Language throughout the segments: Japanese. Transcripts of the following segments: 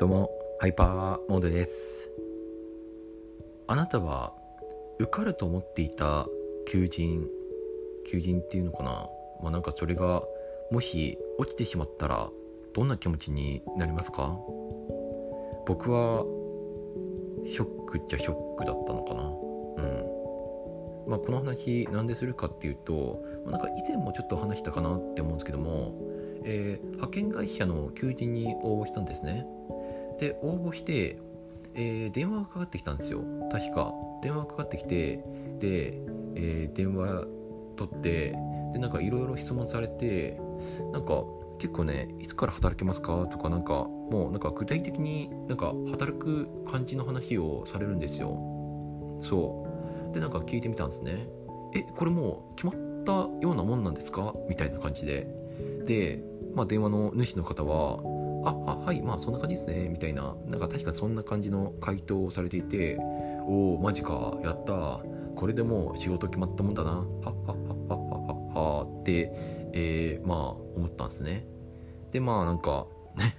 どうもハイパーモードです。あなたは受かると思っていた求人っていうのかな、なんかそれがもし落ちてしまったらどんな気持ちになりますか？僕はショックっちゃショックだったのかな。この話なんでするかっていうと、なんか以前もちょっと話したかなって思うんですけども、派遣会社の求人に応募したんですね。で応募して、電話がかかってきたんですよ。確か電話がかかってきて、で、電話取って、でなんかいろいろ質問されて、なんか結構ね、いつから働けますかとか、なんかもうなんか具体的になんか働く感じの話をされるんですよ。そうでなんか聞いてみたんですね。これもう決まったようなもんなんですかみたいな感じで、電話の主の方ははい、そんな感じですねみたいな、なんか確かそんな感じの回答をされていて、おーマジか、やったー、これでもう仕事決まったもんだな、はっはっはっはっはっはって、思ったんですね。でなんかね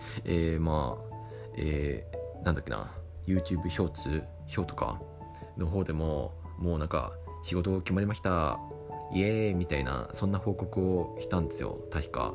なんだっけな、 YouTube ショートかの方でももうなんか仕事決まりましたイエーイみたいな、そんな報告をしたんですよ。確か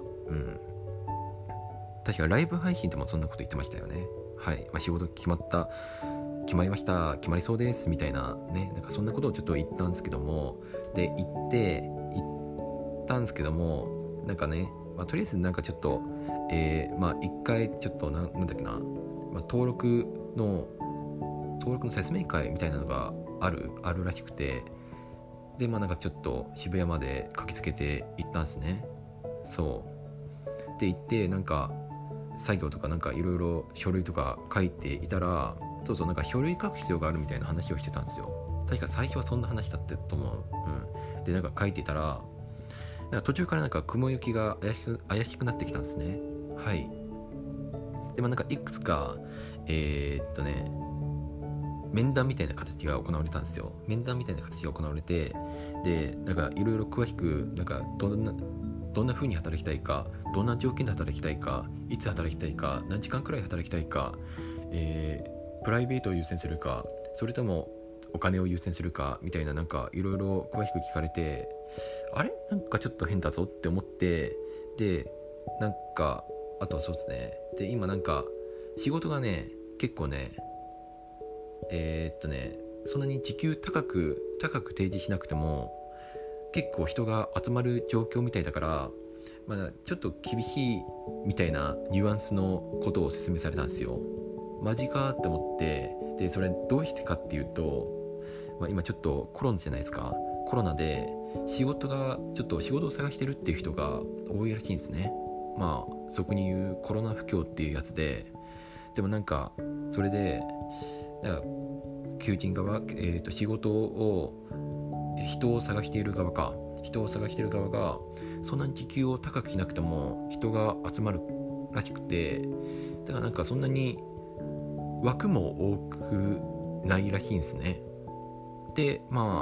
ライブ配信でもそんなこと言ってましたよね。はい、仕事決まりました、決まりそうですみたいなね、なんかそんなことをちょっと言ったんですけども、で言ったんですけども、なんかね、とりあえずなんかちょっと一回ちょっとなんだっけな、登録の説明会みたいなのがあるらしくて、でなんかちょっと渋谷まで駆けつけて行ったんですね。そうで行って、なんか作業とかなんかいろいろ書類とか書いていたら、なんか書類書く必要があるみたいな話をしてたんですよ。確か最初はそんな話だったと思う。でなんか書いていたら、なんか途中からなんか雲行きが怪しくなってきたんですね。はい。でなんかいくつか面談みたいな形が行われたんですよ。面談みたいな形が行われて、でなんかいろいろ詳しく、なんかどんな風に働きたいか、どんな条件で働きたいか、いつ働きたいか、何時間くらい働きたいか、プライベートを優先するか、それともお金を優先するかみたいな、なんかいろいろ詳しく聞かれて、あれなんかちょっと変だぞって思って、でなんかあとはそうですね、で今なんか仕事がね、結構ねそんなに時給高く提示しなくても結構人が集まる状況みたいだから、ちょっと厳しいみたいなニュアンスのことを説明されたんですよ。マジかって思って、でそれどうしてかっていうと、今ちょっとコロナじゃないですか。コロナで仕事を探してるっていう人が多いらしいんですね。俗に言うコロナ不況っていうやつで、でもなんかそれでなんか求人側、仕事を人を探している側がそんなに時給を高くしなくても人が集まるらしくて、だからなんかそんなに枠も多くないらしいんですね。で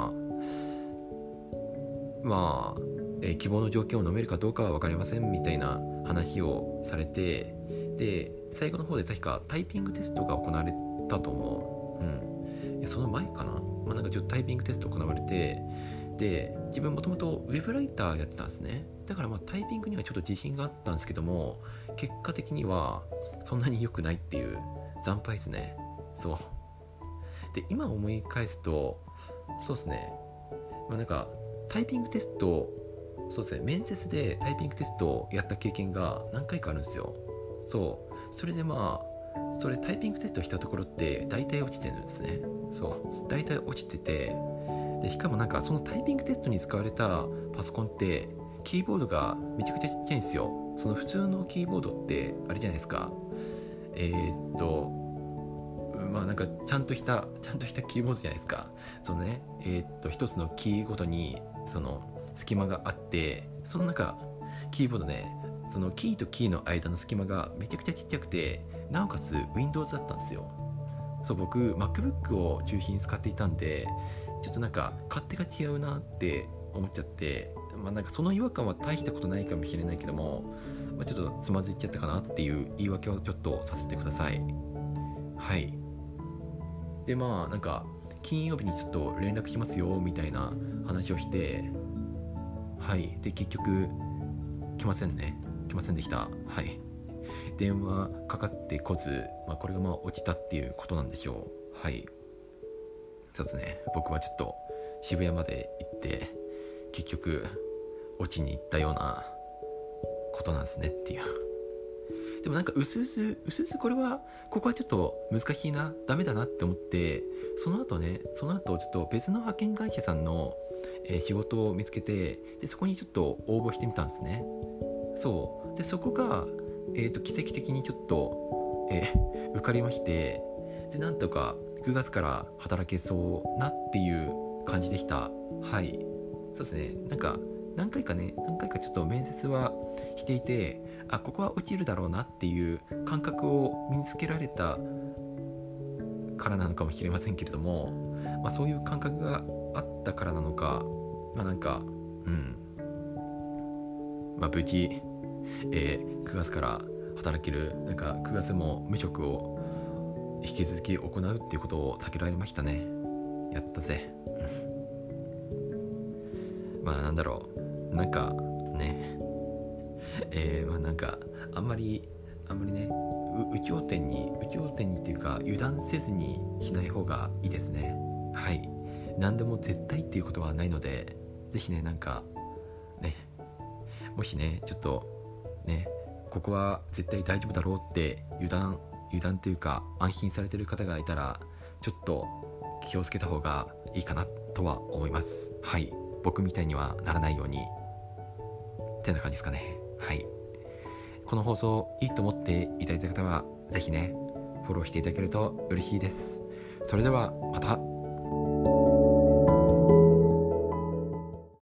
希望の条件を飲めるかどうかは分かりませんみたいな話をされて、で最後の方で確かタイピングテストが行われたと思う。その前かな、なんかちょっとタイピングテスト行われて、で自分もともとウェブライターやってたんですね。だからタイピングにはちょっと自信があったんですけども、結果的にはそんなに良くないっていう惨敗ですね。そうで今思い返すと、そうですね、なんかタイピングテスト、そうですね、面接でタイピングテストをやった経験が何回かあるんですよ。それでそれタイピングテストしたところって大体落ちてるんですね。大体落ちてて、でしかもなんかそのタイピングテストに使われたパソコンってキーボードがめちゃくちゃちっちゃいんですよ。その普通のキーボードってあれじゃないですか、なんかちゃんとしたキーボードじゃないですか。一つのキーごとにその隙間があって、その中キーボードね、そのキーとキーの間の隙間がめちゃくちゃちっちゃくて、なおかつ Windows だったんですよ。僕 MacBook を中心に使っていたんで、ちょっとなんか勝手が違うなって思っちゃって、なんかその違和感は大したことないかもしれないけども、 ちょっとつまずいちゃったかなっていう言い訳をちょっとさせてください。はい。でなんか金曜日にちょっと連絡しますよみたいな話をして、はい。で結局来ませんでした。はい。電話かかってこず、これが落ちたっていうことなんでしょう。はい。そうですね。僕はちょっと渋谷まで行って結局落ちに行ったようなことなんですねっていう。でもなんかうすうすここはちょっと難しいな、ダメだなって思って、その後ちょっと別の派遣会社さんの、仕事を見つけて、でそこにちょっと応募してみたんですね。そうでそこが、奇跡的にちょっと、受かりまして、でなんとか9月から働けそうなっていう感じでした。はい。そうですね。なんか何回かちょっと面接はしていて、ここは落ちるだろうなっていう感覚を身につけられたからなのかもしれませんけれども、そういう感覚があったからなのか、無事、9月から働ける、9月も無職を引き続き行うっていうことを避けられましたね。やったぜ。あんまりね、有頂天にっていうか油断せずにしない方がいいですね。はい。何でも絶対っていうことはないので、ぜひね、もしね、ちょっとね、ここは絶対大丈夫だろうって油断っていうか安心されてる方がいたら、ちょっと気をつけた方がいいかなとは思います。はい。僕みたいにはならないようにってな感じですかね。はい。この放送いいと思っていただいた方はぜひね、フォローしていただけると嬉しいです。それではまた。